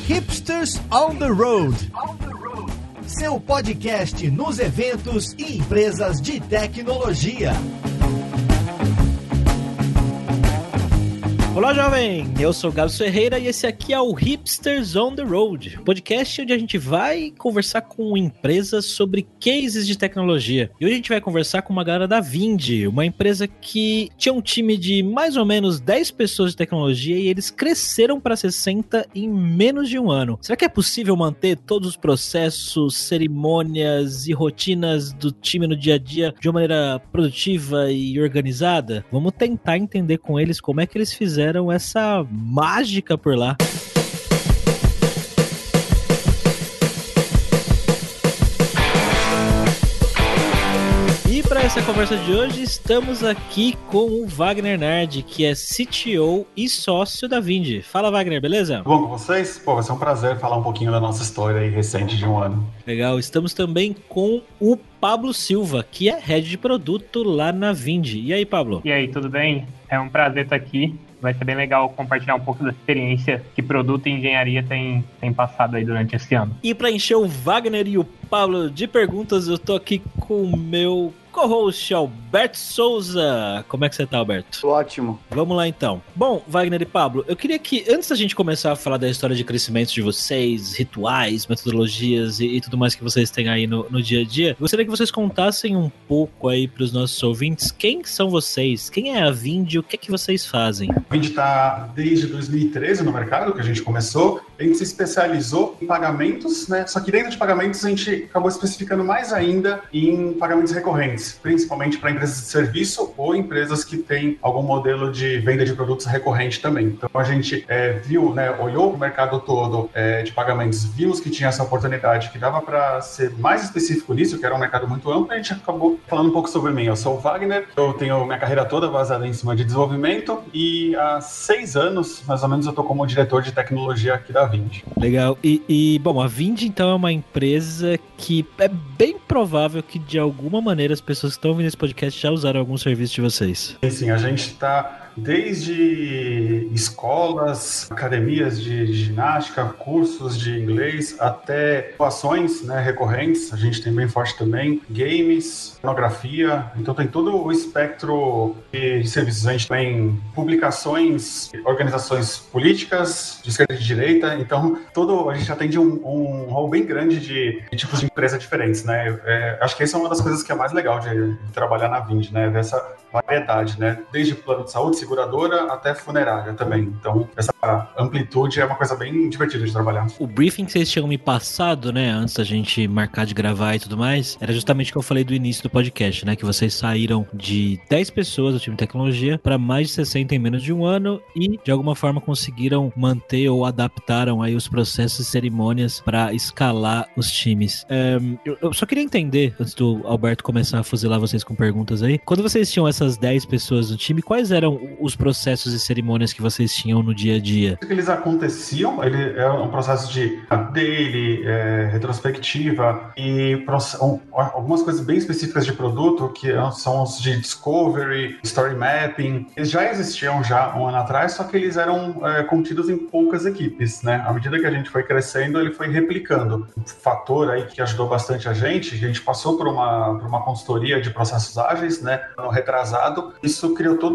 Hipsters on the Road. Seu podcast nos eventos e empresas de tecnologia. Olá, jovem! Eu sou o Gabs Ferreira e esse aqui é o Hipsters on the Road, podcast onde a gente vai conversar com empresas sobre cases de tecnologia. E hoje a gente vai conversar com uma galera da Vindi, uma empresa que tinha um time de mais ou menos 10 pessoas de tecnologia e eles cresceram para 60 em menos de um ano. Será que é possível manter todos os processos, cerimônias e rotinas do time no dia a dia de uma maneira produtiva e organizada? Vamos tentar entender com eles como é que eles fizeram essa mágica por lá. E para essa conversa de hoje, estamos aqui com o Wagner Nardi, que é CTO e sócio da Vindi. Fala, Wagner, beleza? Tudo bom com vocês? Pô, vai ser um prazer falar um pouquinho da nossa história aí recente de um ano. Legal, estamos também com o Pablo Silva, que é Head de Produto lá na Vindi. E aí, Pablo? E aí, tudo bem? É um prazer estar aqui. Vai ser bem legal compartilhar um pouco da experiência que produto e engenharia tem passado aí durante esse ano. E para encher o Wagner e o Pablo de perguntas, eu tô aqui com o meu co-host Alberto Souza. Como é que você tá, Alberto? Ótimo. Vamos lá então. Bom, Wagner e Pablo, eu queria que, antes da gente começar a falar da história de crescimento de vocês, rituais, metodologias e tudo mais que vocês têm aí no dia a dia, eu gostaria que vocês contassem um pouco aí pros nossos ouvintes quem são vocês, quem é a Vindi, o que é que vocês fazem? A Vindi está desde 2013 no mercado, que a gente começou. A gente se especializou em pagamentos, né? Só que dentro de pagamentos a gente acabou especificando mais ainda em pagamentos recorrentes, principalmente para empresas de serviço ou empresas que têm algum modelo de venda de produtos recorrente também. Então a gente viu, né, olhou para o mercado todo de pagamentos, vimos que tinha essa oportunidade, que dava para ser mais específico nisso, que era um mercado muito amplo, e a gente acabou falando um pouco sobre mim. Eu sou o Wagner, eu tenho minha carreira toda baseada em cima de desenvolvimento e há 6 anos, mais ou menos, eu estou como diretor de tecnologia aqui da Vindi. Legal. Bom, a Vindi então é uma empresa que é bem provável que de alguma maneira as pessoas que estão ouvindo esse podcast já usaram algum serviço de vocês. Sim, a gente está desde escolas, academias de ginástica, cursos de inglês, até ações, né, recorrentes, a gente tem bem forte também, games, pornografia, então tem todo o espectro de serviços. A gente tem publicações, organizações políticas, de esquerda e de direita, então a gente atende um rol bem grande de tipos de empresa diferentes, né? Acho que essa é uma das coisas que é mais legal de trabalhar na Vindi, né? Ver essa variedade, né? Desde plano de saúde, seguradora, até funerária também. Então, essa amplitude é uma coisa bem divertida de trabalhar. O briefing que vocês tinham me passado, né, antes da gente marcar de gravar e tudo mais, era justamente o que eu falei do início do podcast, né, que vocês saíram de 10 pessoas do time de tecnologia para mais de 60 em menos de um ano e, de alguma forma, conseguiram manter ou adaptaram aí os processos e cerimônias para escalar os times. Eu só queria entender, antes do Alberto começar a fuzilar vocês com perguntas aí, quando vocês tinham essas 10 pessoas no time, quais eram os processos e cerimônias que vocês tinham no dia a dia? Eles aconteciam, ele é um processo de daily, retrospectiva e algumas coisas bem específicas de produto, que são os de discovery, story mapping. Eles já existiam um ano atrás, só que eles eram contidos em poucas equipes, né? À medida que a gente foi crescendo, ele foi replicando. Um fator aí que ajudou bastante a gente passou por uma consultoria de processos ágeis, né? No retrasado, isso criou toda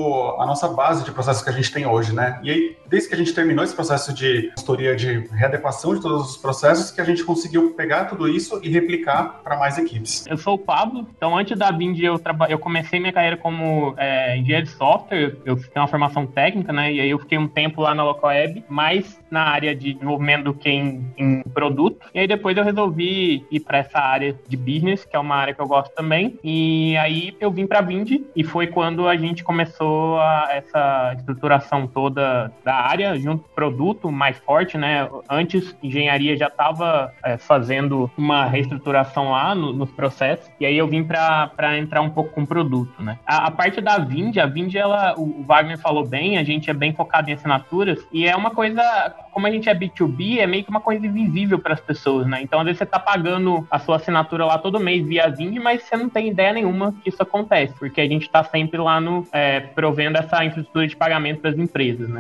a nossa base de processos que a gente tem hoje, né? E aí, desde que a gente terminou esse processo de consultoria de readequação de todos os processos, que a gente conseguiu pegar tudo isso e replicar para mais equipes. Eu sou o Pablo, então antes da Vindi eu comecei minha carreira como engenheiro de software, eu tenho uma formação técnica, né? E aí eu fiquei um tempo lá na Local Web, mais na área de desenvolvimento do que em produto. E aí depois eu resolvi ir para essa área de business, que é uma área que eu gosto também. E aí eu vim para a Vindi e foi quando a gente começou essa estruturação toda da área, junto com o produto mais forte, né? Antes, engenharia já estava fazendo uma reestruturação lá nos processos, e aí eu vim para entrar um pouco com o produto, né? A parte da Vindi, o Wagner falou bem, a gente é bem focado em assinaturas, e é uma coisa, como a gente é B2B, é meio que uma coisa invisível para as pessoas, né? Então, às vezes você tá pagando a sua assinatura lá todo mês via Vindi, mas você não tem ideia nenhuma que isso acontece, porque a gente tá sempre lá provendo essa infraestrutura de pagamento para as empresas, né? E hoje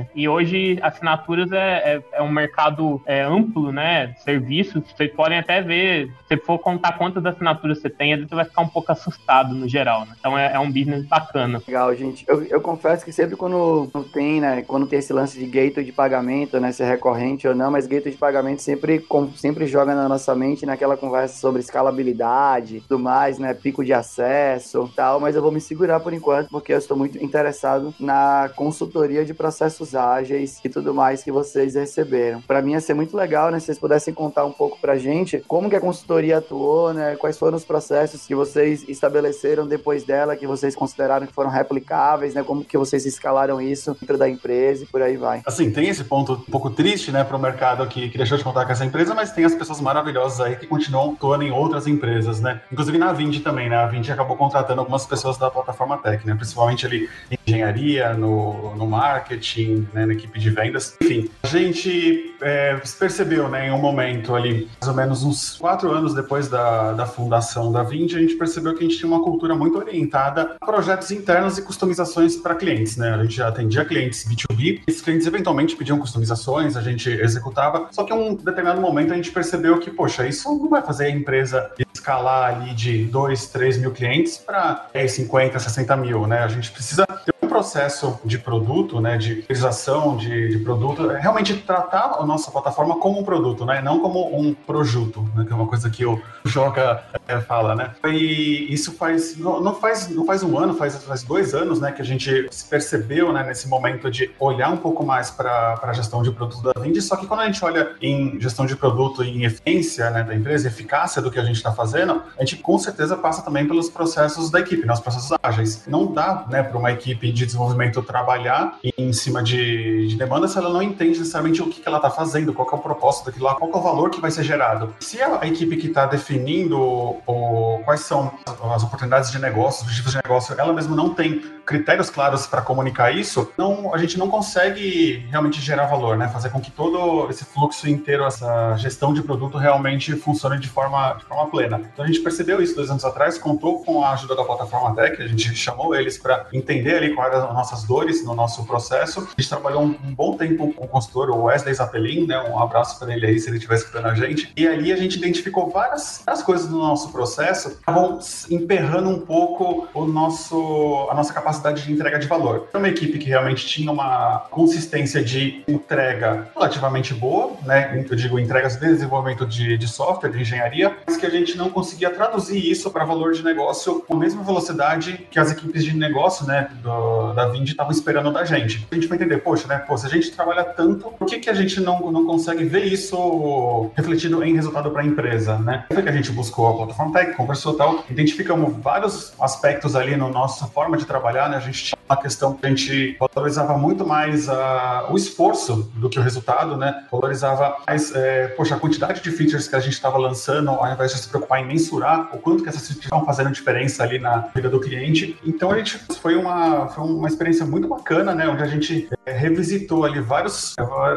hoje assinaturas é um mercado amplo, né? Serviços, vocês podem até ver, se for contar quantas assinaturas você tem, às vezes você vai ficar um pouco assustado no geral, né? Então é um business bacana. Legal, gente. Eu confesso que sempre quando tem, né, quando tem esse lance de gateway de pagamento, né, se é recorrente ou não, mas gateway de pagamento sempre joga na nossa mente naquela conversa sobre escalabilidade, tudo mais, né, pico de acesso, tal, mas eu vou me segurar por enquanto, porque eu estou muito interessado na consultoria de processos ágeis e tudo mais que vocês receberam. Para mim ia ser muito legal, né, se vocês pudessem contar um pouco pra gente como que a consultoria atuou, né, quais foram os processos que vocês estabeleceram depois dela, que vocês consideraram que foram replicáveis, né, como que vocês escalaram isso dentro da empresa e por aí vai. Assim, tem esse ponto um pouco triste, né, para o mercado que deixou de contar com essa empresa, mas tem as pessoas maravilhosas aí que continuam atuando em outras empresas, né? Inclusive na Vindi também, né? A Vindi acabou contratando algumas pessoas da plataforma Tech, né? Principalmente ali em engenharia, no marketing, né, na equipe de vendas. Enfim, a gente percebeu, né, em um momento ali, mais ou menos uns 4 anos depois da fundação da Vindi, a gente percebeu que a gente tinha uma cultura muito orientada a projetos internos e customizações para clientes, né? A gente já atendia clientes B2B, esses clientes eventualmente pediam customizações, a gente executava, só que em um determinado momento a gente percebeu que, poxa, isso não vai fazer a empresa escalar ali de 2, 3 mil clientes para 10, 50, 60 mil, né? A gente precisa ter um processo de produto, né, de utilização de produto, realmente tratar a nossa plataforma como um produto, né, não como um produto, né, que é uma coisa que o Joca fala, né? E isso não faz um ano, faz 2 anos, né, que a gente se percebeu, né, nesse momento de olhar um pouco mais para a gestão de produto da Vindi, só que quando a gente olha em gestão de produto e em eficiência, né, da empresa, eficácia do que a gente está fazendo, a gente com certeza passa também pelos processos da equipe, né, os processos ágeis. Não dá, né, para uma equipe de desenvolvimento trabalhar em cima de demanda se ela não entende necessariamente o que ela está fazendo, qual que é o propósito daquilo lá, qual que é o valor que vai ser gerado. Se a equipe que está definindo quais são as oportunidades de negócio, os objetivos de negócio, ela mesma não tem critérios claros para comunicar isso, a gente não consegue realmente gerar valor, né? Fazer com que todo esse fluxo inteiro, essa gestão de produto realmente funcione de forma plena. Então a gente percebeu isso 2 anos atrás, contou com a ajuda da plataforma Tech, a gente chamou eles para entender ali quais eram as nossas dores no nosso processo. A gente trabalhou um bom tempo com o consultor, o Wesley Zappelin, né? Um abraço para ele aí, se ele estiver escutando a gente. E ali a gente identificou várias coisas do nosso processo que estavam emperrando um pouco a nossa capacidade de entrega de valor. Era uma equipe que realmente tinha uma consistência de entrega relativamente boa, né? Eu digo entregas de desenvolvimento de software, de engenharia, mas que a gente não conseguia traduzir isso para valor de negócio com a mesma velocidade que as equipes de negócio, né, da Vindi estavam esperando da gente. A gente vai entender, poxa, né, se a gente trabalha tanto, por que a gente não consegue ver isso refletido em resultado para a empresa, né? Foi que a gente buscou a plataforma Tech, conversou e tal, identificamos vários aspectos ali na nossa forma de trabalhar, né? A gente tinha uma questão que a gente valorizava muito mais o esforço do que o resultado, né? Valorizava mais, a quantidade de features que a gente estava lançando, ao invés de se preocupar em mensurar o quanto que essas features estavam fazendo diferença ali na vida do cliente. Então a gente foi uma experiência muito bacana, né? Onde a gente revisitou ali várias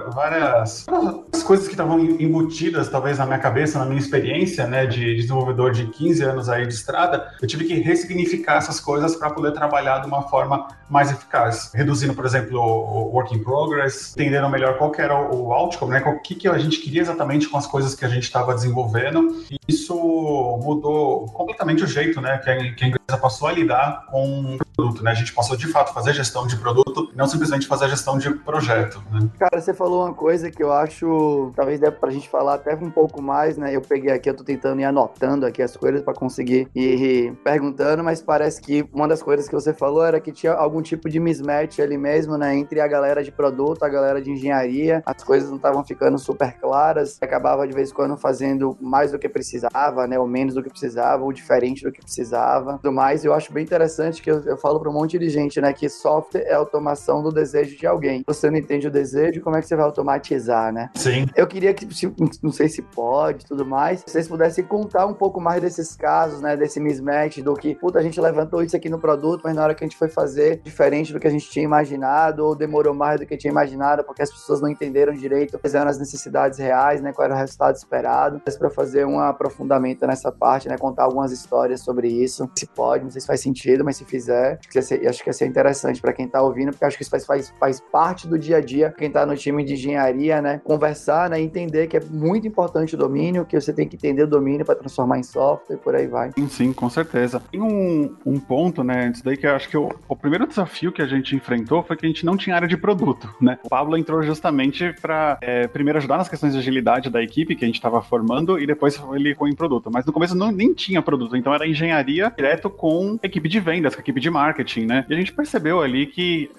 coisas que estavam embutidas, talvez, na minha cabeça, na minha experiência, né, de desenvolvedor de 15 anos aí de estrada. Eu tive que ressignificar essas coisas para poder trabalhar de uma forma mais eficaz, reduzindo, por exemplo, o work in progress, entendendo melhor qual que era o outcome, né, o que a gente queria exatamente com as coisas que a gente estava desenvolvendo. E isso mudou completamente o jeito, né, que a empresa passou a lidar com o produto, né? A gente passou, de fato, a fazer gestão de produto e não simplesmente fazer gestão de projeto, né? Cara, você falou uma coisa que eu acho, talvez dê pra gente falar até um pouco mais, né? Eu peguei aqui, eu tô tentando ir anotando aqui as coisas pra conseguir ir perguntando, mas parece que uma das coisas que você falou era que tinha algum tipo de mismatch ali mesmo, né? Entre a galera de produto, a galera de engenharia, as coisas não estavam ficando super claras, acabava de vez em quando fazendo mais do que precisava, né? Ou menos do que precisava, ou diferente do que precisava, tudo mais. Eu acho bem interessante que eu falo pra um monte de gente, né? Que software é automação do desejo de alguém. Você não entende o desejo, como é que você vai automatizar, né? Sim. Eu queria que, não sei se pode, tudo mais, se vocês pudessem contar um pouco mais desses casos, né? Desse mismatch, do que, puta, a gente levantou isso aqui no produto, mas na hora que a gente foi fazer, diferente do que a gente tinha imaginado, ou demorou mais do que tinha imaginado, porque as pessoas não entenderam direito quais eram as necessidades reais, né, qual era o resultado esperado. Mas para fazer um aprofundamento nessa parte, né, contar algumas histórias sobre isso, se pode, não sei se faz sentido, mas se fizer, acho que ia ser interessante para quem tá ouvindo, porque acho que isso faz parte do dia a dia, quem tá no time de engenharia, né, conversar, né, entender que é muito importante o domínio, que você tem que entender o domínio para transformar em software e por aí vai. Sim, com certeza. Tem um ponto, né, antes daí, que eu acho que o primeiro desafio que a gente enfrentou foi que a gente não tinha área de produto, né? O Pablo entrou justamente para primeiro ajudar nas questões de agilidade da equipe que a gente estava formando e depois ele foi em produto. Mas no começo nem tinha produto, então era engenharia direto com equipe de vendas, com equipe de marketing, né? E a gente percebeu ali que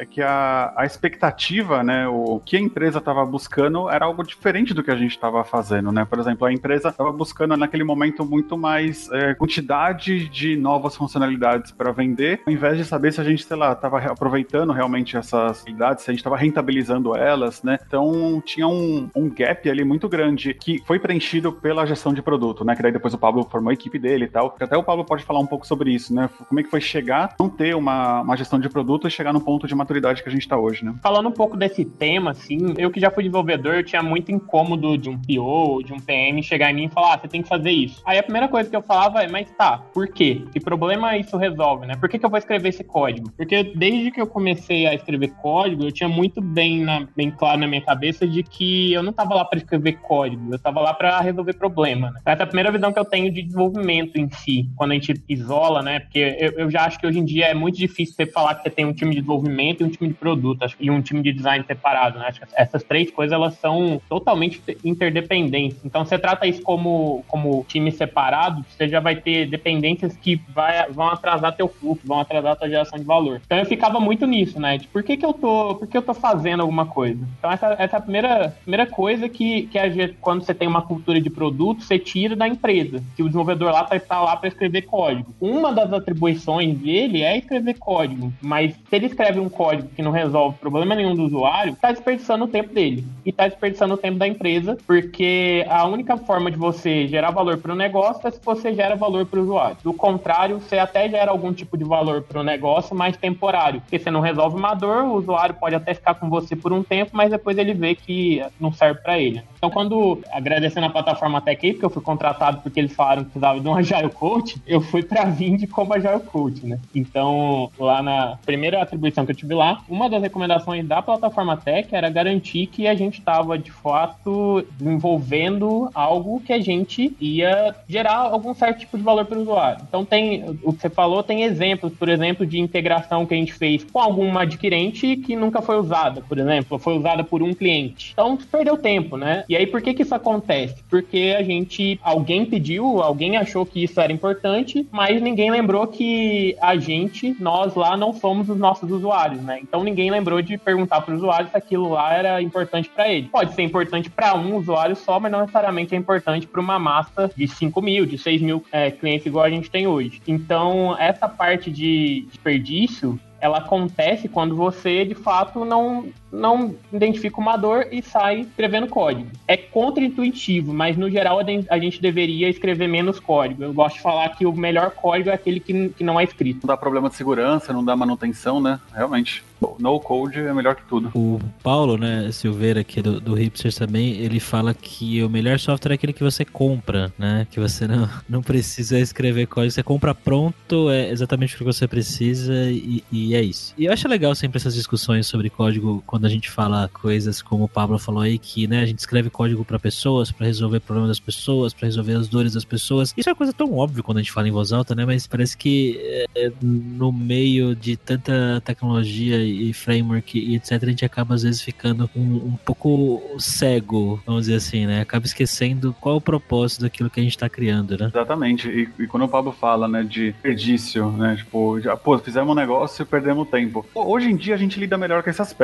a expectativa, né, o que a empresa estava buscando era algo diferente do que a gente estava fazendo, né? Por exemplo, a empresa estava buscando naquele momento muito mais quantidade de novas funcionalidades para vender, ao invés de saber se a gente, sei lá, estava aproveitando realmente essas habilidades, se a gente estava rentabilizando elas, né? Então tinha um gap ali muito grande que foi preenchido pela gestão de produto, né? Que daí depois o Pablo formou a equipe dele e tal. Até o Pablo pode falar um pouco sobre isso, né? Como é que foi chegar, não ter uma gestão de produto e chegar no ponto de maturidade que a gente está hoje, né? Falando um pouco desse tema, assim, eu que já fui desenvolvedor, eu tinha muito incômodo de um PO ou de um PM chegar em mim e falar, você tem que fazer isso. Aí a primeira coisa que eu falava é, mas tá, por quê? Que problema isso resolve, né? Por que eu vou escrever esse código? Porque desde que eu comecei a escrever código, eu tinha muito bem claro na minha cabeça de que eu não estava lá para escrever código, eu estava lá para resolver problema, né? Essa é a primeira visão que eu tenho de desenvolvimento em si, quando a gente isola, né? Porque eu já acho que hoje em dia é muito difícil você falar que você tem um time de desenvolvimento e um time de produto, e um time de design separado, né? Acho que essas três coisas, elas são totalmente interdependentes. Então, você trata isso como time separado, você já vai ter dependências que vão atrasar teu fluxo, vão atrasar tua geração de valor. Então, eu ficava muito nisso, né? De por que eu tô fazendo alguma coisa? Então, essa é a primeira coisa que quando você tem uma cultura de produto, você tira da empresa, que o desenvolvedor lá tá lá para escrever código. Uma das atribuições dele é escrever código, mas se ele escreve um código que não resolve problema nenhum do usuário, tá desperdiçando o tempo dele e tá desperdiçando o tempo da empresa, porque a única forma de você gerar valor para o negócio é se você gera valor para o usuário. Do contrário, você até gera algum tipo de valor para o negócio, mas temporário, porque você não resolve uma dor, o usuário pode até ficar com você por um tempo, mas depois ele vê que não serve para ele. Então, agradecendo a plataforma TechApe, porque eu fui contratado porque eles falaram que precisava de um Agile Coach, eu fui para Vind como Agile Coach, né? Então, lá na primeira atribuição que eu tive lá, uma das recomendações da plataforma Tech era garantir que a gente estava, de fato, desenvolvendo algo que a gente ia gerar algum certo tipo de valor para o usuário. Então, o que você falou, tem exemplos, por exemplo, de integração que a gente fez com alguma adquirente que nunca foi usada, por exemplo, foi usada por um cliente. Então, perdeu tempo, né? E aí, por que isso acontece? Porque alguém pediu, alguém achou que isso era importante, mas ninguém lembrou que nós lá não somos os nossos usuários, né? Então, ninguém lembrou de perguntar para o usuário se aquilo lá era importante para ele. Pode ser importante para um usuário só, mas não necessariamente é importante para uma massa de 5.000, de 6.000 clientes igual a gente tem hoje. Então, essa parte de desperdício, ela acontece quando você, de fato, não identifica uma dor e sai escrevendo código. É contraintuitivo, mas, no geral, a gente deveria escrever menos código. Eu gosto de falar que o melhor código é aquele que não é escrito. Não dá problema de segurança, não dá manutenção, né? Realmente. No code é melhor que tudo. O Paulo, né, Silveira, aqui do Hipsters também, ele fala que o melhor software é aquele que você compra, né? Que você não precisa escrever código. Você compra pronto, é exatamente o que você precisa e é isso. E eu acho legal sempre essas discussões sobre código quando a gente fala coisas como o Pablo falou aí, que, né, a gente escreve código para pessoas, para resolver problemas das pessoas, para resolver as dores das pessoas. Isso é uma coisa tão óbvia quando a gente fala em voz alta, né? Mas parece que no meio de tanta tecnologia e framework e etc, a gente acaba às vezes ficando um pouco cego, vamos dizer assim, né? Acaba esquecendo qual é o propósito daquilo que a gente tá criando, né? Exatamente. E quando o Pablo fala, né, de desperdício, né? Tipo, fizemos um negócio e perdemos tempo. Hoje em dia a gente lida melhor com esse aspecto, né? Acho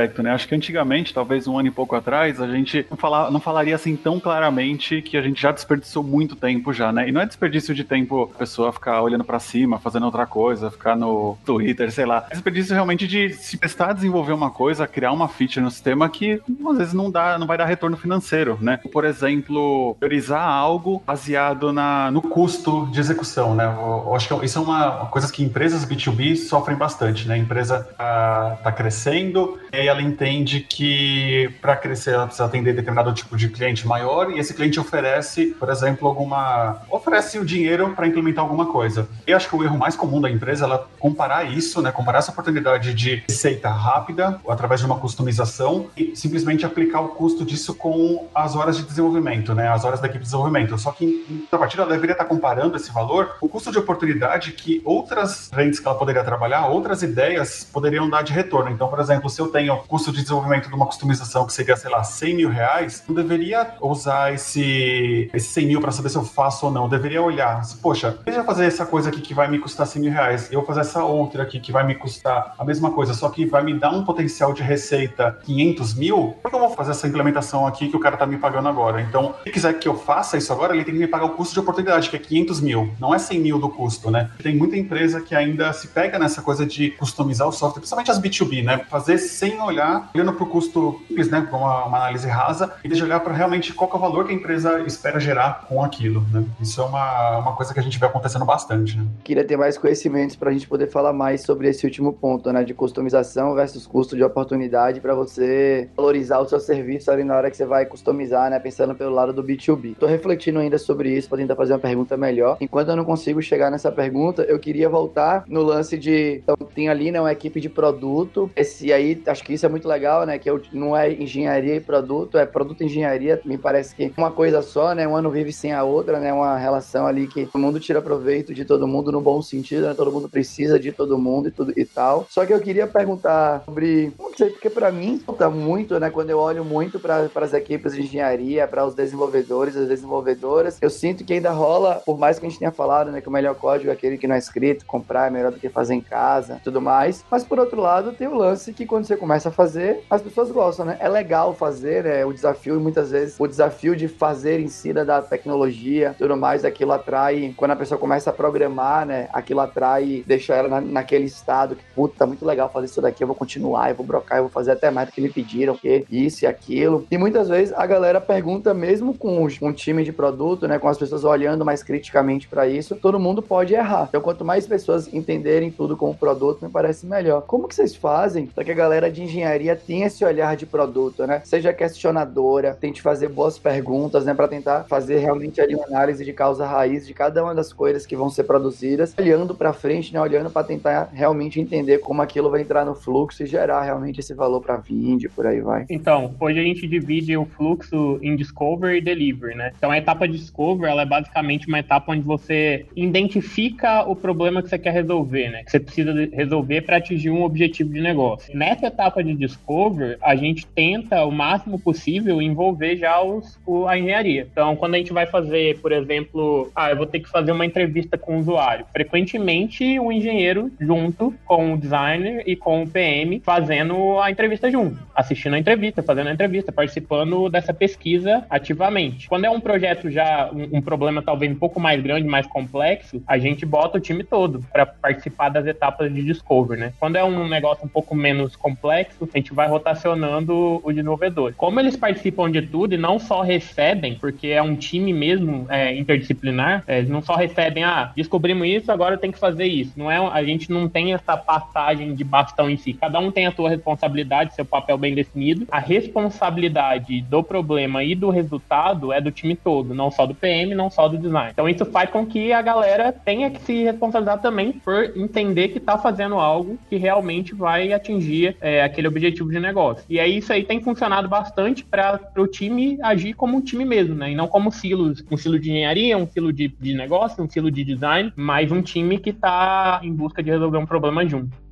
acho que antigamente, talvez um ano e pouco atrás, a gente não falaria assim tão claramente que a gente já desperdiçou muito tempo já, né? E não é desperdício de tempo a pessoa ficar olhando pra cima, fazendo outra coisa, ficar no Twitter, sei lá. É desperdício realmente de se prestar a desenvolver uma coisa, criar uma feature no sistema que às vezes não vai dar retorno financeiro, né? Por exemplo, priorizar algo baseado no custo de execução, né? Eu acho que isso é uma coisa que empresas B2B sofrem bastante, né? A empresa tá crescendo e aí ela entende que para crescer ela precisa atender determinado tipo de cliente maior e esse cliente oferece, por exemplo, oferece o dinheiro para implementar alguma coisa. E acho que o erro mais comum da empresa é ela comparar isso, né? Comparar essa oportunidade de receita rápida através de uma customização e simplesmente aplicar o custo disso com as horas de desenvolvimento, né? As horas da equipe de desenvolvimento. Só que em contrapartida ela deveria estar comparando esse valor, o custo de oportunidade que outras frentes que ela poderia trabalhar, outras ideias poderiam dar de retorno. Então, por exemplo, se eu tenho custo de desenvolvimento de uma customização que seria, sei lá, R$100 mil, não deveria usar esse 100 mil para saber se eu faço ou não. Eu deveria olhar, poxa, deixa eu fazer essa coisa aqui que vai me custar R$100 mil, eu vou fazer essa outra aqui que vai me custar a mesma coisa, só que vai me dar um potencial de receita 500 mil, por que eu vou fazer essa implementação aqui que o cara tá me pagando agora? Então, se quiser que eu faça isso agora, ele tem que me pagar o custo de oportunidade, que é 500 mil, não é 100 mil do custo, né? Tem muita empresa que ainda se pega nessa coisa de customizar o software, principalmente as B2B, né? Fazer sem olhar, olhando para o custo simples, né? Com uma análise rasa, e deixa olhar para realmente qual que é o valor que a empresa espera gerar com aquilo, né? Isso é uma coisa que a gente vê acontecendo bastante, né? Queria ter mais conhecimentos para a gente poder falar mais sobre esse último ponto, né? De customização versus custo de oportunidade para você valorizar o seu serviço ali na hora que você vai customizar, né? Pensando pelo lado do B2B. Tô refletindo ainda sobre isso para tentar fazer uma pergunta melhor. Enquanto eu não consigo chegar nessa pergunta, eu queria voltar no lance de... Então, tem ali, né, uma equipe de produto. Esse aí, acho que isso é muito legal, né? Que não é engenharia e produto, é produto e engenharia. Me parece que uma coisa só, né? Uma não vive sem a outra, né? Uma relação ali que todo mundo tira proveito de todo mundo no bom sentido, né? Todo mundo precisa de todo mundo e tudo e tal. Só que eu queria perguntar sobre... Não sei, porque pra mim, falta muito, né? Quando eu olho muito para as equipes de engenharia, para os desenvolvedores, as desenvolvedoras, eu sinto que ainda rola, por mais que a gente tenha falado, né? Que o melhor código é aquele que não é escrito, comprar é melhor do que fazer em casa, tudo mais. Mas, por outro lado, tem o lance que quando você começa a fazer, as pessoas gostam, né? É legal fazer, né? O desafio, e muitas vezes, o desafio de fazer em si da tecnologia, tudo mais, aquilo atrai, quando a pessoa começa a programar, né? Aquilo atrai, deixa ela naquele estado que, puta, tá muito legal fazer isso daqui, eu vou continuar, eu vou brocar, eu vou fazer até mais do que me pediram, que isso e aquilo. E muitas vezes a galera pergunta, mesmo com um time de produto, né? Com as pessoas olhando mais criticamente para isso, todo mundo pode errar. Então, quanto mais pessoas entenderem tudo com o produto, me parece melhor. Como que vocês fazem para que a galera de engenharia tenha esse olhar de produto, né? Seja questionadora, tente fazer boas perguntas, né? Para tentar fazer realmente ali uma análise de causa raiz de cada uma das coisas que vão ser produzidas, olhando para frente, né? Olhando para tentar realmente entender como aquilo vai entrar no fluxo e gerar realmente esse valor para Vind, por aí vai. Então, hoje a gente divide o fluxo em Discover e Deliver, né? Então, a etapa de Discover, ela é basicamente uma etapa onde você identifica o problema que você quer resolver, né? Que você precisa resolver para atingir um objetivo de negócio. Nessa etapa de Discover, a gente tenta o máximo possível envolver já a engenharia. Então, quando a gente vai fazer, por exemplo, eu vou ter que fazer uma entrevista com o usuário. Frequentemente, o engenheiro junto com o designer e com o PM fazendo a entrevista junto, assistindo a entrevista, fazendo a entrevista, participando dessa pesquisa ativamente. Quando é um projeto já, um problema talvez um pouco mais grande, mais complexo, a gente bota o time todo para participar das etapas de Discover, né? Quando é um negócio um pouco menos complexo, a gente vai rotacionando os desenvolvedores. Como eles participam de tudo e não só recebem, porque é um time mesmo interdisciplinar, eles não só recebem, descobrimos isso, agora tem que fazer isso. A gente não tem essa passagem de bastão em si. Cada um tem a sua responsabilidade, seu papel bem definido. A responsabilidade do problema e do resultado é do time todo, não só do PM, não só do design. Então isso faz com que a galera tenha que se responsabilizar também por entender que está fazendo algo que realmente vai atingir aquele objetivo de negócio. E aí isso aí tem funcionado bastante para o time agir como um time mesmo, né? E não como silos, um silo de engenharia, um silo de negócio, um silo de design, mas um time que está em busca de resolver um problema junto.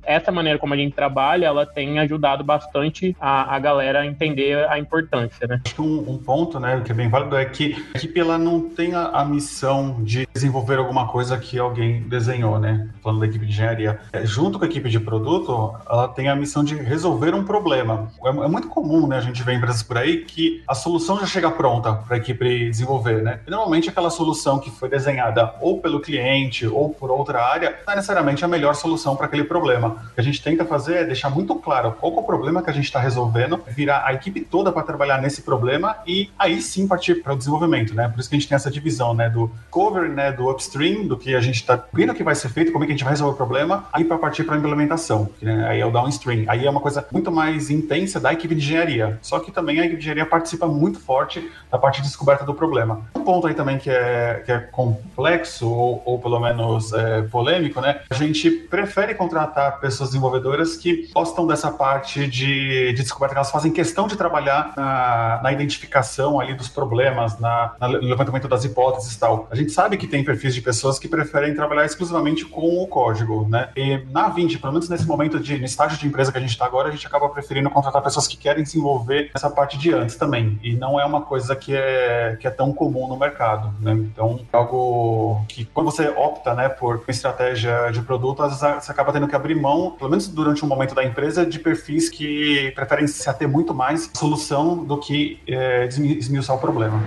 essa maneira como a gente trabalha, ela tem ajudado bastante a galera a entender a importância, né? Acho que um ponto, né, que é bem válido é que a equipe ela não tem a missão de desenvolver alguma coisa que alguém desenhou, né? Falando da equipe de engenharia. Junto com a equipe de produto, ela tem a missão de resolver um problema. É muito comum, né, a gente ver empresas por aí que a solução já chega pronta para a equipe desenvolver, né? E normalmente aquela solução que foi desenhada ou pelo cliente ou por outra área não é necessariamente a melhor solução para aquele problema. O que a gente tenta fazer é deixar muito claro qual é o problema que a gente está resolvendo, virar a equipe toda para trabalhar nesse problema e aí sim partir para o desenvolvimento, né? Por isso que a gente tem essa divisão, né, do cover, né, do upstream, do que a gente está vendo que vai ser feito, como é que a gente vai resolver o problema, aí para partir para a implementação, né? Aí é o downstream. Aí é uma coisa muito mais intensa da equipe de engenharia. Só que também a equipe de engenharia participa muito forte da parte de descoberta do problema. Um ponto aí também que é complexo ou pelo menos polêmico, né? A gente prefere contratar pessoas desenvolvedoras que gostam dessa parte de descoberta, que elas fazem questão de trabalhar na identificação ali dos problemas, no levantamento das hipóteses e tal. A gente sabe que tem perfis de pessoas que preferem trabalhar exclusivamente com o código, né? E na Vind, pelo menos nesse momento no estágio de empresa que a gente está agora, a gente acaba preferindo contratar pessoas que querem se envolver nessa parte de antes também. E não é uma coisa que é tão comum no mercado, né? Então, é algo que quando você opta, né, por uma estratégia de produto, às vezes você acaba tendo que abrir mão, pelo menos durante um momento da empresa, de perfis que preferem se ater muito mais à solução do que esmiuçar o problema.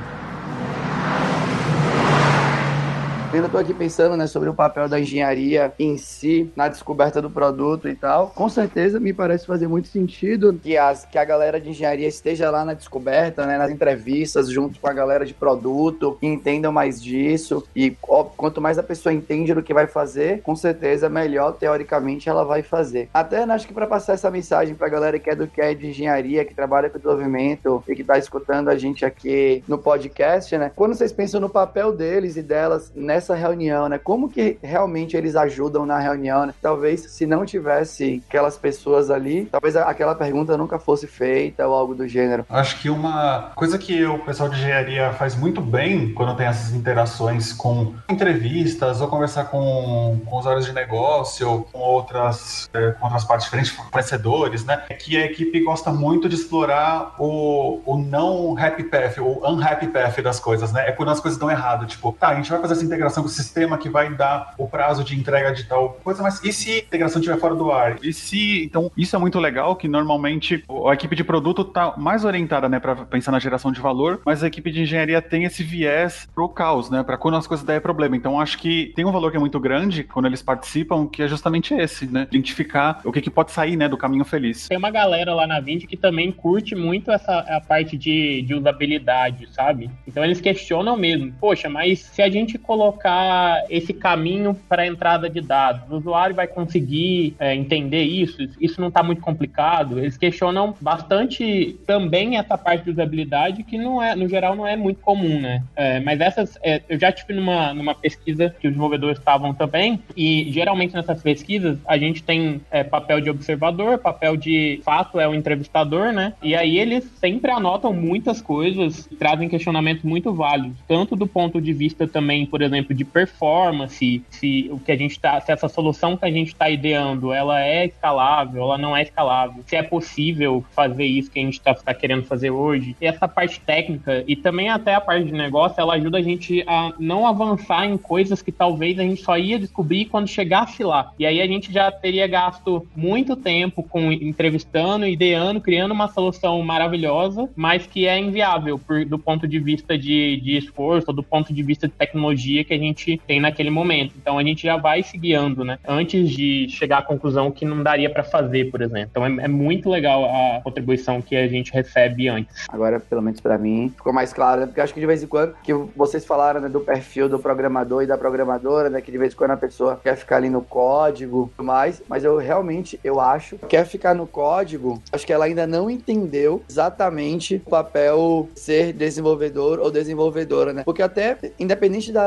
Eu estou aqui pensando, né, sobre o papel da engenharia em si, na descoberta do produto e tal. Com certeza me parece fazer muito sentido que a galera de engenharia esteja lá na descoberta, né, nas entrevistas, junto com a galera de produto, que entendam mais disso. E quanto mais a pessoa entende do que vai fazer, com certeza melhor, teoricamente, ela vai fazer. Até acho que para passar essa mensagem para a galera que é de engenharia, que trabalha com desenvolvimento e que está escutando a gente aqui no podcast, né, quando vocês pensam no papel deles e delas nessa reunião, né? Como que realmente eles ajudam na reunião, né? Talvez se não tivesse aquelas pessoas ali, talvez aquela pergunta nunca fosse feita ou algo do gênero. Acho que uma coisa que o pessoal de engenharia faz muito bem quando tem essas interações com entrevistas ou conversar com usuários de negócio ou com outras partes diferentes, fornecedores, né? É que a equipe gosta muito de explorar o não happy path, o unhappy path das coisas, né? É quando as coisas dão errado, tipo, tá, a gente vai fazer essa integração com o sistema que vai dar o prazo de entrega de tal coisa, mas e se a integração estiver fora do ar? Então, isso é muito legal, que normalmente a equipe de produto tá mais orientada, né, para pensar na geração de valor, mas a equipe de engenharia tem esse viés pro caos, né, para quando as coisas derem problema. Então, acho que tem um valor que é muito grande quando eles participam, que é justamente esse, né, identificar o que pode sair, né, do caminho feliz. Tem uma galera lá na Vind que também curte muito a parte de usabilidade, sabe? Então, eles questionam mesmo, poxa, mas se a gente colocar esse caminho para a entrada de dados, o usuário vai conseguir entender isso não está muito complicado. Eles questionam bastante também essa parte de usabilidade, que no geral não é muito comum, né? Mas eu já tive numa pesquisa que os desenvolvedores estavam também, e geralmente nessas pesquisas a gente tem papel de observador, papel de fato é o entrevistador, né? E aí eles sempre anotam muitas coisas, trazem questionamentos muito válidos, tanto do ponto de vista também, por exemplo, de performance, se essa solução que a gente está ideando, ela é escalável, ela não é escalável, se é possível fazer isso que a gente está querendo fazer hoje. E essa parte técnica e também até a parte de negócio, ela ajuda a gente a não avançar em coisas que talvez a gente só ia descobrir quando chegasse lá. E aí a gente já teria gasto muito tempo entrevistando, ideando, criando uma solução maravilhosa, mas que é inviável do ponto de vista de esforço, do ponto de vista de tecnologia que a gente tem naquele momento. Então a gente já vai se guiando, né? Antes de chegar à conclusão que não daria para fazer, por exemplo. Então é muito legal a contribuição que a gente recebe antes. Agora, pelo menos para mim, ficou mais claro, né? Porque acho que de vez em quando, que vocês falaram, né, do perfil do programador e da programadora, né, que de vez em quando a pessoa quer ficar ali no código e tudo mais, mas eu acho que quer ficar no código, acho que ela ainda não entendeu exatamente o papel ser desenvolvedor ou desenvolvedora, né? Porque até, independente da área de automação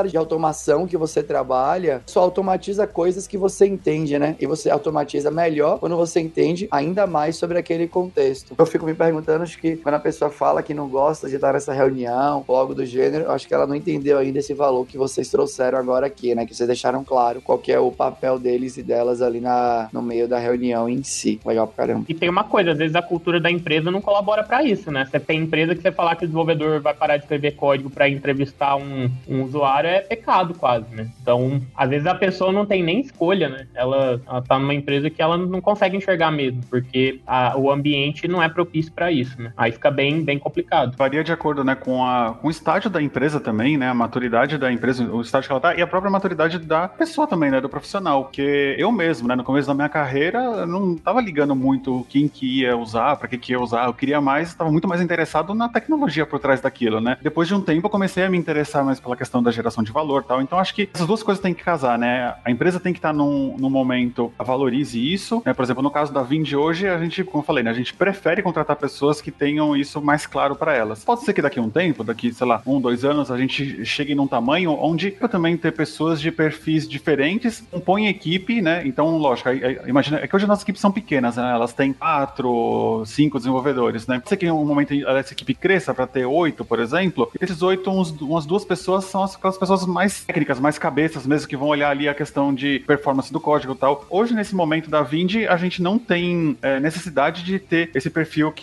automação que você trabalha só automatiza coisas que você entende, né? E você automatiza melhor quando você entende ainda mais sobre aquele contexto. Eu fico me perguntando, acho que quando a pessoa fala que não gosta de estar nessa reunião ou algo do gênero, eu acho que ela não entendeu ainda esse valor que vocês trouxeram agora aqui, né? Que vocês deixaram claro qual que é o papel deles e delas ali no meio da reunião em si. Legal pra caramba. E tem uma coisa, às vezes a cultura da empresa não colabora pra isso, né? Você tem empresa que você falar que o desenvolvedor vai parar de escrever código pra entrevistar um usuário é pecado quase, né? Então, às vezes a pessoa não tem nem escolha, né? Ela tá numa empresa que ela não consegue enxergar mesmo, porque o ambiente não é propício pra isso, né? Aí fica bem complicado. Varia de acordo, né, com o estágio da empresa também, né? A maturidade da empresa, o estágio que ela tá, e a própria maturidade da pessoa também, né? Do profissional. Porque eu mesmo, né, no começo da minha carreira, eu não tava ligando muito quem que ia usar, pra que ia usar. Eu queria mais, tava muito mais interessado na tecnologia por trás daquilo, né? Depois de um tempo, eu comecei a me interessar mais pela questão da geração de valor e tal. Então, acho que essas duas coisas têm que casar, né? A empresa tem que estar num momento que valorize isso, né? Por exemplo, no caso da Vind hoje, a gente, como eu falei, né? A gente prefere contratar pessoas que tenham isso mais claro para elas. Pode ser que daqui a um tempo, daqui, sei lá, 1, 2 anos, a gente chegue num tamanho onde também ter pessoas de perfis diferentes, compõem equipe, né? Então, lógico, imagina, é que hoje as nossas equipes são pequenas, né? Elas têm 4, 5 desenvolvedores, né? Pode ser que em um momento essa equipe cresça para ter 8, por exemplo, e desses 8, umas 2 pessoas são aquelas pessoas mais técnicas, mais cabeças mesmo, que vão olhar ali a questão de performance do código e tal. Hoje, nesse momento da Vind, a gente não tem necessidade de ter esse perfil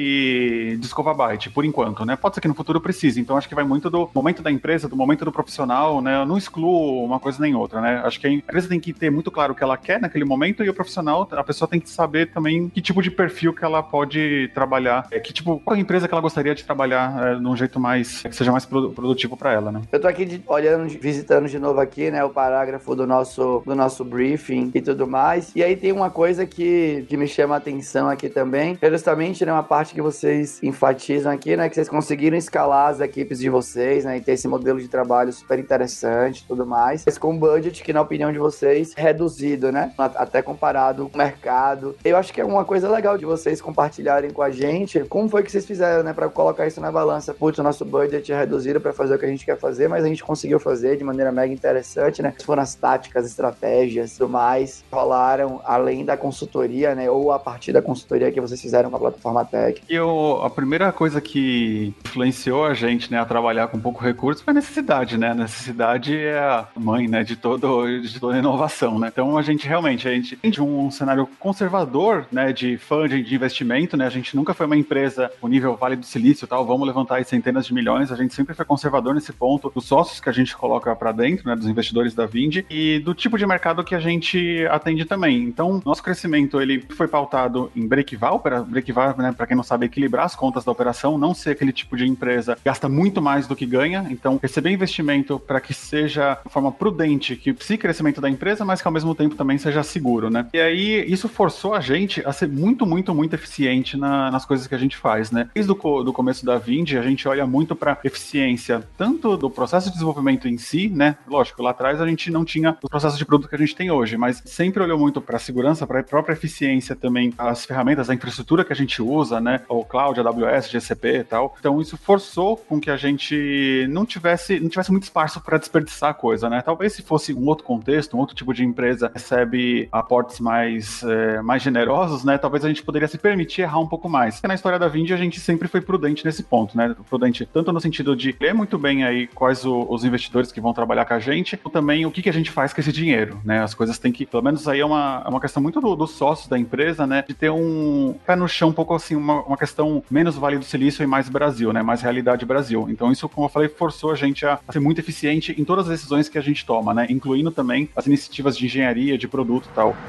de escova byte, por enquanto, né? Pode ser que no futuro precise, então acho que vai muito do momento da empresa, do momento do profissional, né? Eu não excluo uma coisa nem outra, né? Acho que a empresa tem que ter muito claro o que ela quer naquele momento e o profissional, a pessoa tem que saber também que tipo de perfil que ela pode trabalhar, qual a empresa que ela gostaria de trabalhar de um jeito mais, que seja mais produtivo para ela, né? Eu tô aqui visitando de novo aqui, né, o parágrafo do nosso briefing e tudo mais, e aí tem uma coisa que me chama a atenção aqui também, é justamente, né, uma parte que vocês enfatizam aqui, né, que vocês conseguiram escalar as equipes de vocês, né, e ter esse modelo de trabalho super interessante e tudo mais, mas com um budget que, na opinião de vocês, reduzido, né, até comparado com o mercado. Eu acho que é uma coisa legal de vocês compartilharem com a gente como foi que vocês fizeram, né, pra colocar isso na balança. Putz, o nosso budget é reduzido pra fazer o que a gente quer fazer, mas a gente conseguiu fazer de maneira mega interessante, né, foram as táticas, estratégias e tudo mais, rolaram além da consultoria, né, ou a partir da consultoria que vocês fizeram com a plataforma Tech. E a primeira coisa que influenciou a gente, né, a trabalhar com pouco recurso foi a necessidade, né? A necessidade é a mãe, né, de toda inovação, né? Então a gente tem de um cenário conservador, né, de funding, de investimento, né? A gente nunca foi uma empresa o nível Vale do Silício, tal, vamos levantar aí centenas de milhões. A gente sempre foi conservador nesse ponto, dos sócios que a gente coloca para dentro, né, dos investidores da Vind e do tipo de mercado que a gente atende também. Então, nosso crescimento, ele foi pautado em break-even, né, para quem não sabe, equilibrar as contas da operação, não ser aquele tipo de empresa que gasta muito mais do que ganha. Então, receber investimento para que seja de forma prudente, que precise crescimento da empresa, mas que ao mesmo tempo também seja seguro, né? E aí, isso forçou a gente a ser muito, muito, muito eficiente nas coisas que a gente faz, né? Desde do começo da Vind, a gente olha muito para eficiência, tanto do processo de desenvolvimento em si, né? Lógico, lá atrás a gente não tinha os processos de produto que a gente tem hoje, mas sempre olhou muito para a segurança, para a própria eficiência também, as ferramentas, a infraestrutura que a gente usa, né? O cloud, AWS, GCP e tal. Então, isso forçou com que a gente não tivesse muito espaço para desperdiçar a coisa, né? Talvez se fosse um outro contexto, um outro tipo de empresa recebe aportes mais generosos, né? Talvez a gente poderia se permitir errar um pouco mais. Porque na história da Vind, a gente sempre foi prudente nesse ponto, né? Prudente tanto no sentido de ler muito bem aí quais os investidores que vão trabalhar com a gente, ou também o que a gente faz com esse dinheiro, né? As coisas têm que, pelo menos aí é uma questão muito dos sócios da empresa, né? De ter um pé no chão um pouco assim, uma questão menos Vale do Silício e mais Brasil, né? Mais realidade Brasil. Então isso, como eu falei, forçou a gente a ser muito eficiente em todas as decisões que a gente toma, né? Incluindo também as iniciativas de engenharia, de produto e tal.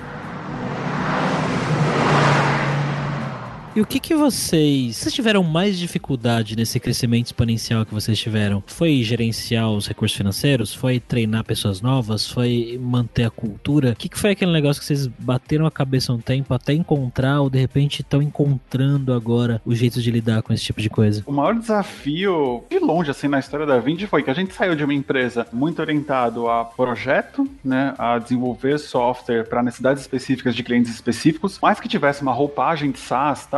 E o que vocês tiveram mais dificuldade nesse crescimento exponencial que vocês tiveram? Foi gerenciar os recursos financeiros? Foi treinar pessoas novas? Foi manter a cultura? O que foi aquele negócio que vocês bateram a cabeça um tempo até encontrar ou de repente estão encontrando agora o jeito de lidar com esse tipo de coisa? O maior desafio, de longe, assim, na história da Vind foi que a gente saiu de uma empresa muito orientado a projeto, né, a desenvolver software para necessidades específicas de clientes específicos, mas que tivesse uma roupagem de SaaS e tal,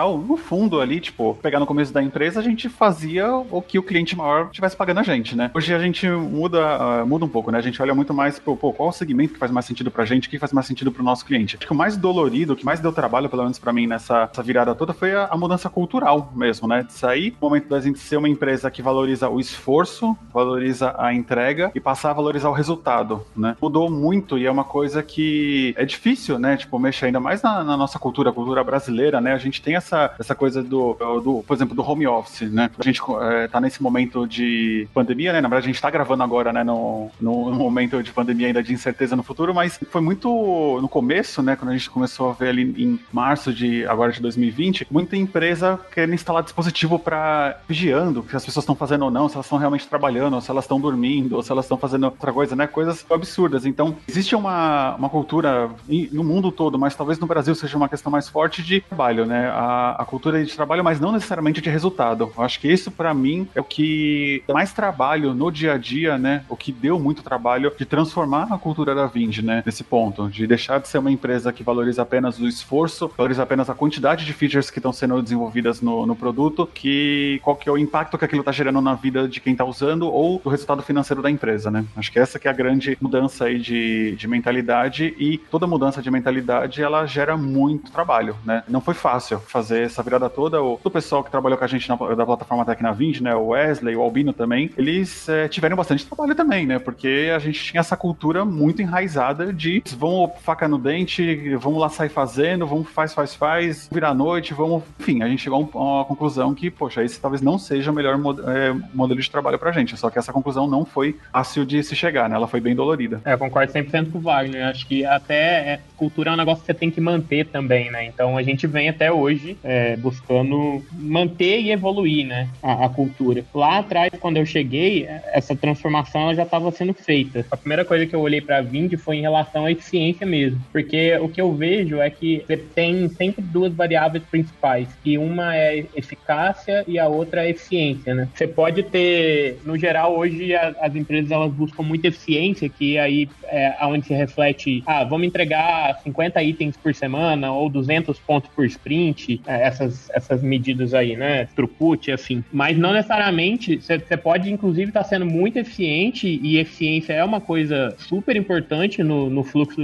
geral, no fundo ali, tipo, pegar no começo da empresa, a gente fazia o que o cliente maior estivesse pagando a gente, né? Hoje a gente muda um pouco, né? A gente olha muito mais, qual o segmento que faz mais sentido pra gente, o que faz mais sentido pro nosso cliente. Acho que o mais dolorido, o que mais deu trabalho, pelo menos pra mim, nessa virada toda, foi a mudança cultural mesmo, né? De sair, no momento da gente ser uma empresa que valoriza o esforço, valoriza a entrega e passar a valorizar o resultado, né? Mudou muito e é uma coisa que é difícil, né? Tipo, mexer ainda mais na nossa cultura, a cultura brasileira, né? A gente tem essa coisa por exemplo, do home office, né? A gente tá nesse momento de pandemia, né? Na verdade, a gente tá gravando agora, né? No momento de pandemia ainda de incerteza no futuro, mas foi muito no começo, né? Quando a gente começou a ver ali em março de 2020, muita empresa querendo instalar dispositivo para vigiando se as pessoas estão fazendo ou não, se elas estão realmente trabalhando, ou se elas estão dormindo, ou se elas estão fazendo outra coisa, né? Coisas absurdas. Então, existe uma cultura no mundo todo, mas talvez no Brasil seja uma questão mais forte de trabalho, né? A cultura de trabalho, mas não necessariamente de resultado. Eu acho que isso, para mim, é o que dá mais trabalho no dia a dia, né? O que deu muito trabalho de transformar a cultura da Vind, né? Nesse ponto, de deixar de ser uma empresa que valoriza apenas o esforço, valoriza apenas a quantidade de features que estão sendo desenvolvidas no produto, qual que é o impacto que aquilo está gerando na vida de quem está usando ou do resultado financeiro da empresa, né? Acho que essa que é a grande mudança aí de mentalidade, e toda mudança de mentalidade, ela gera muito trabalho, né? Não foi fácil fazer essa virada toda. O pessoal que trabalhou com a gente da plataforma Tech na Vind, né? O Wesley, o Albino também, eles tiveram bastante trabalho também, né? Porque a gente tinha essa cultura muito enraizada de vamos faca no dente, vamos lá sair fazendo, vamos faz, virar a noite, vamos... Enfim, a gente chegou a uma conclusão que, poxa, esse talvez não seja o melhor modelo de trabalho pra gente, só que essa conclusão não foi fácil de se chegar, né? Ela foi bem dolorida. Eu concordo 100% com o Wagner. Acho que até cultura é um negócio que você tem que manter também, né? Então a gente vem até hoje buscando manter e evoluir, né? A cultura. Lá atrás, quando eu cheguei, essa transformação ela já estava sendo feita. A primeira coisa que eu olhei pra Vind foi em relação à eficiência mesmo. Porque o que eu vejo é que você tem sempre duas variáveis principais, que uma é eficácia e a outra é eficiência, né? Você pode ter, no geral, hoje as empresas elas buscam muita eficiência, que aí é onde se reflete, vamos entregar 50 itens por semana ou 200 pontos por sprint, essas medidas aí, né? Throughput, assim. Mas não necessariamente, você pode, inclusive, estar sendo muito eficiente, e eficiência é uma coisa super importante no fluxo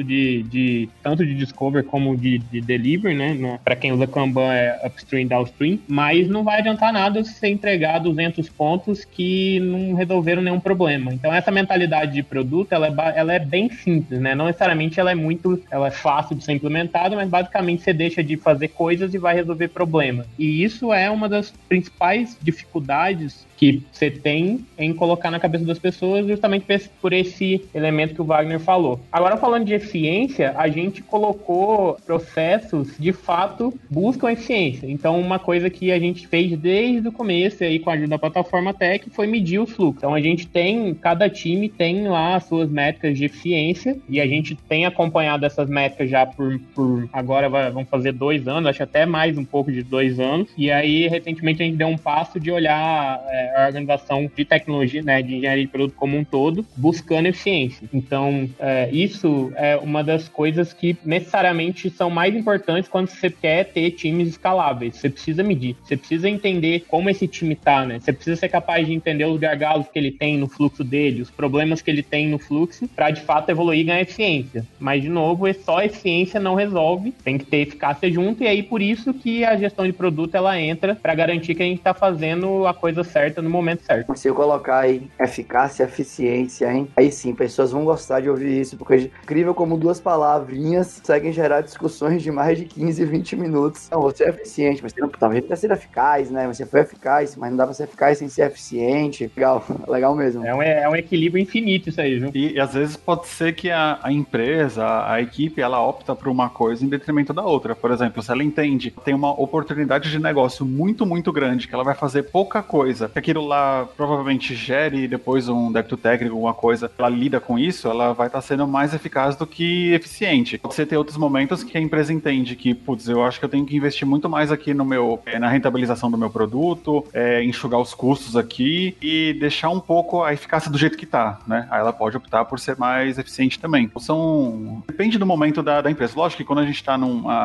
tanto de discover como de delivery, né? Para quem usa Kanban é upstream, downstream, mas não vai adiantar nada se você entregar 200 pontos que não resolveram nenhum problema. Então essa mentalidade de produto, ela é bem simples, né? Não necessariamente ela é fácil de ser implementada, mas basicamente você deixa de fazer coisas e vai resolver problemas. E isso é uma das principais dificuldades que você tem em colocar na cabeça das pessoas, justamente por esse elemento que o Wagner falou. Agora, falando de eficiência, a gente colocou processos, de fato, buscam eficiência. Então, uma coisa que a gente fez desde o começo, aí com a ajuda da plataforma Tech, foi medir o fluxo. Então, cada time tem lá as suas métricas de eficiência, e a gente tem acompanhado essas métricas já por agora vão fazer 2 anos, acho até mais um pouco de 2 anos, e aí, recentemente, a gente deu um passo de olhar a organização de tecnologia, né, de engenharia de produto como um todo, buscando eficiência. Então, isso é uma das coisas que necessariamente são mais importantes quando você quer ter times escaláveis. Você precisa medir, você precisa entender como esse time tá, né? Você precisa ser capaz de entender os gargalos que ele tem no fluxo dele, os problemas que ele tem no fluxo, para de fato evoluir e ganhar eficiência. Mas, de novo, só eficiência não resolve, tem que ter eficácia junto, e aí por isso que a gestão de produto ela entra para garantir que a gente tá fazendo a coisa certa no momento certo. Se eu colocar aí eficácia e eficiência, hein? Aí sim, pessoas vão gostar de ouvir isso, porque é incrível como 2 palavrinhas conseguem gerar discussões de mais de 15, 20 minutos. Não, você é eficiente, mas você não, talvez tenha sido eficaz, né? Você foi eficaz, mas não dá pra ser eficaz sem ser eficiente. Legal mesmo. É um equilíbrio infinito isso aí, viu? E às vezes pode ser que a empresa, a equipe, ela opta por uma coisa em detrimento da outra. Por exemplo, se ela entende que tem uma oportunidade de negócio muito, muito grande, que ela vai fazer pouca coisa, que aquilo lá provavelmente gere depois um débito técnico, alguma coisa, ela lida com isso, ela vai estar sendo mais eficaz do que eficiente. Você tem outros momentos que a empresa entende que, putz, eu acho que eu tenho que investir muito mais aqui na rentabilização do meu produto, enxugar os custos aqui e deixar um pouco a eficácia do jeito que tá, né? Aí ela pode optar por ser mais eficiente também. Depende do momento da empresa. Lógico que quando a gente tá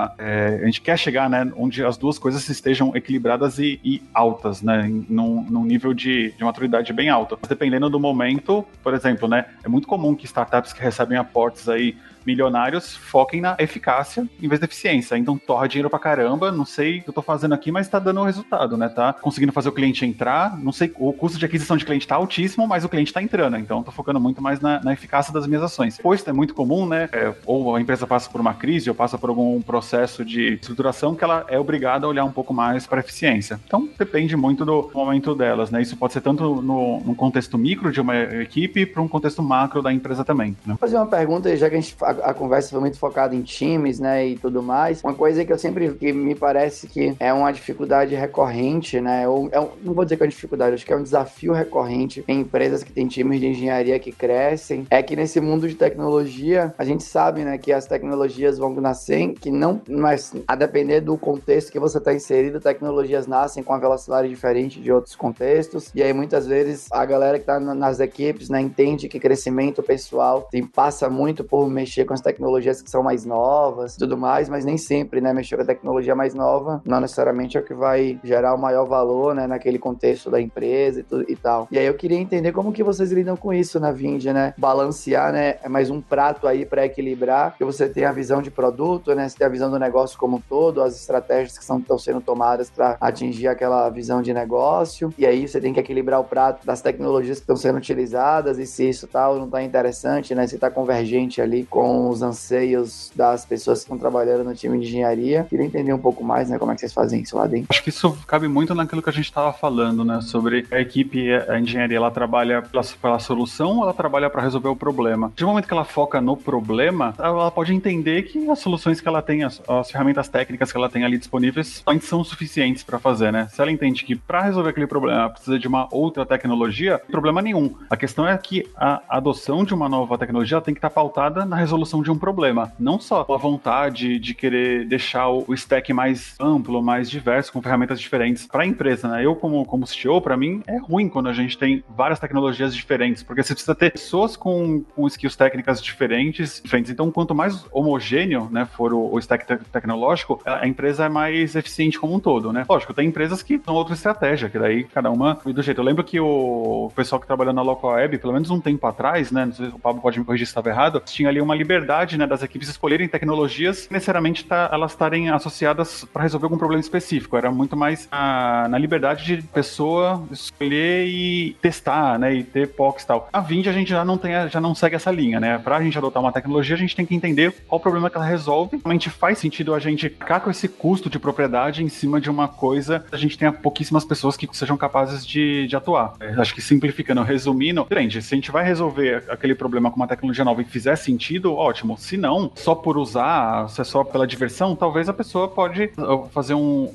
a gente quer chegar, né, onde as duas coisas estejam equilibradas e altas, né, num nível de maturidade bem alto. Mas dependendo do momento, por exemplo, né, é muito comum que startups que recebem aportes aí milionários foquem na eficácia em vez da eficiência. Então torra dinheiro pra caramba, não sei o que eu tô fazendo aqui, mas tá dando resultado, né? Tá conseguindo fazer o cliente entrar, não sei, o custo de aquisição de cliente tá altíssimo, mas o cliente tá entrando, então tô focando muito mais na eficácia das minhas ações. Pois é muito comum, né? Ou a empresa passa por uma crise, ou passa por algum processo de estruturação que ela é obrigada a olhar um pouco mais para eficiência. Então depende muito do momento delas, né? Isso pode ser tanto no contexto micro de uma equipe, para um contexto macro da empresa também, né? Vou fazer uma pergunta, já que a conversa foi muito focada em times, né, e tudo mais. Uma coisa que me parece que é uma dificuldade recorrente, né, não vou dizer que é uma dificuldade, acho que é um desafio recorrente em empresas que têm times de engenharia que crescem, é que nesse mundo de tecnologia, a gente sabe, né, que as tecnologias vão nascer, que não, mas a depender do contexto que você está inserido, tecnologias nascem com uma velocidade diferente de outros contextos, e aí muitas vezes a galera que está nas equipes, né, entende que crescimento pessoal passa muito por mexer com as tecnologias que são mais novas e tudo mais, mas nem sempre, né, mexer com a tecnologia mais nova não necessariamente é o que vai gerar o maior valor, né, naquele contexto da empresa e tal. E aí eu queria entender como que vocês lidam com isso na Vindia, né, balancear, né, é mais um prato aí para equilibrar, que você tem a visão de produto, né, você tem a visão do negócio como um todo, as estratégias que estão sendo tomadas para atingir aquela visão de negócio, e aí você tem que equilibrar o prato das tecnologias que estão sendo utilizadas e se isso tal não está interessante, né, se está convergente ali com os anseios das pessoas que estão trabalhando no time de engenharia. Queria entender um pouco mais, né, como é que vocês fazem isso lá dentro. Acho que isso cabe muito naquilo que a gente estava falando, né, sobre a equipe, a engenharia, ela trabalha pela solução ou ela trabalha para resolver o problema. De momento que ela foca no problema, ela pode entender que as soluções que ela tem, as ferramentas técnicas que ela tem ali disponíveis, são suficientes para fazer, né? Se ela entende que para resolver aquele problema ela precisa de uma outra tecnologia, não tem problema nenhum. A questão é que a adoção de uma nova tecnologia tem que estar pautada na resolução de um problema, não só a vontade de querer deixar o stack mais amplo, mais diverso, com ferramentas diferentes para a empresa, né? Eu, como CTO, para mim, é ruim quando a gente tem várias tecnologias diferentes, porque você precisa ter pessoas com skills técnicas diferentes. Então, quanto mais homogêneo, né, for o stack tecnológico, a empresa é mais eficiente como um todo, né? Lógico, tem empresas que são outra estratégia, que daí cada uma do jeito. Eu lembro que o pessoal que trabalhou na Local Web, pelo menos um tempo atrás, né, não sei se o Pablo pode me corrigir se estava errado, tinha ali uma liberdade, né, das equipes escolherem tecnologias, necessariamente elas estarem associadas para resolver algum problema específico. Era muito mais na liberdade de pessoa escolher e testar, né, e ter POCs e tal. A Vindia a gente já não segue essa linha, né? Pra gente adotar uma tecnologia, a gente tem que entender qual o problema que ela resolve. Realmente faz sentido a gente ficar com esse custo de propriedade em cima de uma coisa que a gente tenha pouquíssimas pessoas que sejam capazes de atuar. Acho que simplificando, resumindo, gente, se a gente vai resolver aquele problema com uma tecnologia nova e fizer sentido, ótimo. Se não, só por usar, se é só pela diversão, talvez a pessoa pode fazer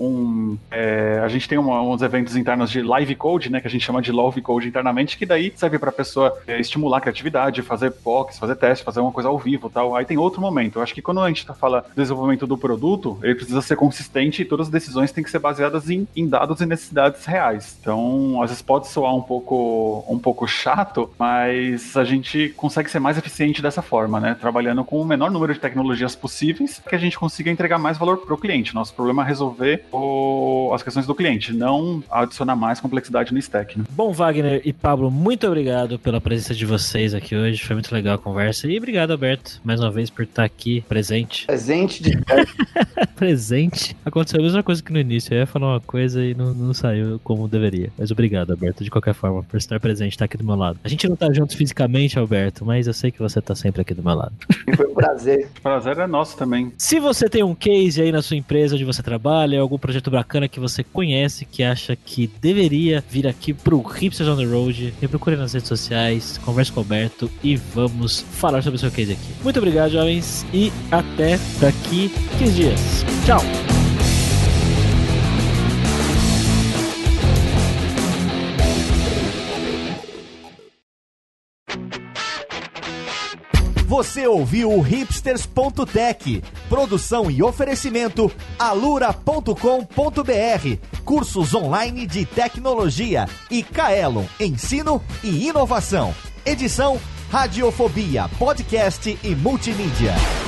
a gente tem uns eventos internos de live code, né, que a gente chama de love code internamente, que daí serve pra pessoa estimular a criatividade, fazer POCs, fazer teste, fazer uma coisa ao vivo e tal. Aí tem outro momento. Eu acho que quando a gente fala do desenvolvimento do produto, ele precisa ser consistente e todas as decisões têm que ser baseadas em dados e necessidades reais. Então, às vezes pode soar um pouco chato, mas a gente consegue ser mais eficiente dessa forma, né? Trabalhando com o menor número de tecnologias possíveis, que a gente consiga entregar mais valor para o cliente. Nosso problema é resolver as questões do cliente, não adicionar mais complexidade no stack, né? Bom, Wagner e Pablo, muito obrigado pela presença de vocês aqui hoje. Foi muito legal a conversa. E obrigado, Alberto, mais uma vez por estar aqui presente. Presente de presente. Aconteceu a mesma coisa que no início. Eu ia falar uma coisa e não saiu como deveria. Mas obrigado, Alberto, de qualquer forma, por estar presente, estar aqui do meu lado. A gente não tá juntos fisicamente, Alberto, mas eu sei que você tá sempre aqui do meu lado. Foi um prazer. O prazer é nosso também. Se você tem um case aí na sua empresa onde você trabalha, algum projeto bacana que você conhece, que acha que deveria vir aqui pro Hipsters on the Road, me procure nas redes sociais, converse com o Alberto e vamos falar sobre o seu case aqui. Muito obrigado, jovens, e até daqui 15 dias. Tchau! Você ouviu o hipsters.tech, produção e oferecimento alura.com.br, cursos online de tecnologia e Kaelon, ensino e inovação. Edição Radiofobia, podcast e multimídia.